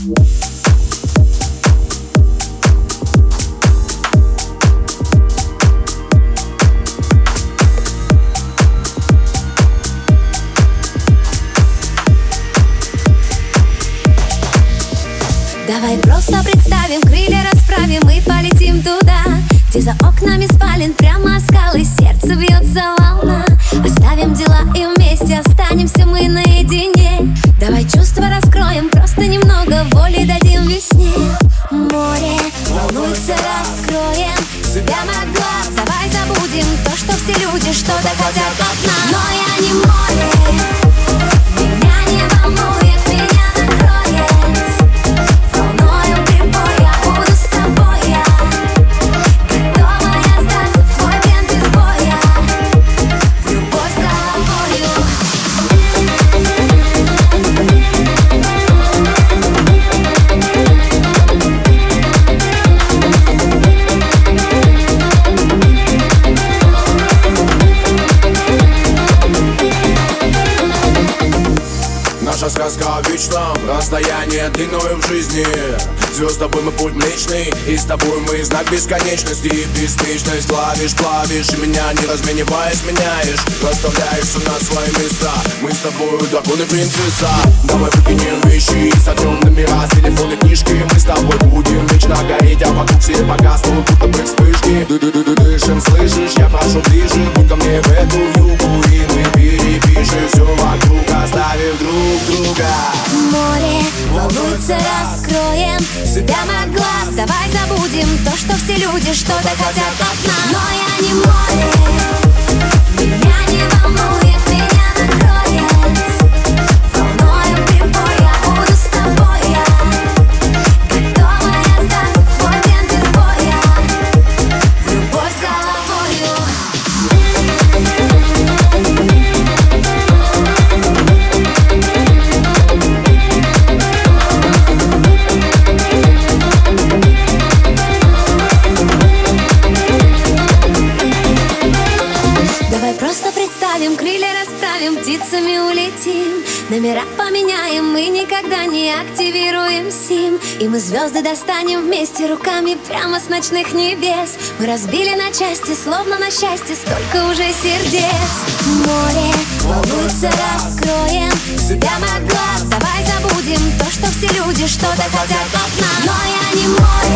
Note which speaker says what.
Speaker 1: Давай просто представим, крылья расправим и полетим туда, где за окнами спален прямо скалы, сердце бьется волна. Оставим дела и вместе останемся мы наедине. Давай чувства раскроем, просто немного воли дадим весне. Море волнуется, раскроем себя от глаз. Давай забудем то, что все люди что-то хотят от нас. Но я не море, меня не волнует, меня накроет.
Speaker 2: Наша сказка о вечном расстоянии длиною в жизни. Звезд с тобой мы путь млечный, и с тобой мы знак бесконечности. Беспечность плавишь, плавишь, и меня не размениваясь меняешь. Расставляешься на свои места, мы с тобою дракон и принцесса. Давай выкинем вещи, сотрем номера с телефона, книжки. Мы с тобой будем вечно гореть, а вокруг все погаснут, будто бы вспышки. Дышим, слышишь, я прошу ближе, будь ко мне в эту вьюгу, и мы перепишем все вокруг, оставив друг друга.
Speaker 1: Море волнуется, раскроем себя от глаз. Давай забудем то, что все люди что-то хотят от нас. Но я не море, меня не волнует, меня накроет. Волною прибой, я буду с тобой, я готовая сдаться в твой плен без боя, в любовь с головою. Давай просто представим, крылья расправим, птицами улетим. Номера поменяем, мы никогда не активируем сим. И мы звезды достанем вместе руками прямо с ночных небес. Мы разбили на части, словно на счастье, столько уже сердец. Море волнуется, раскроем себя от глаз. Давай забудем то, что все люди что-то хотят от нас. Но я не море.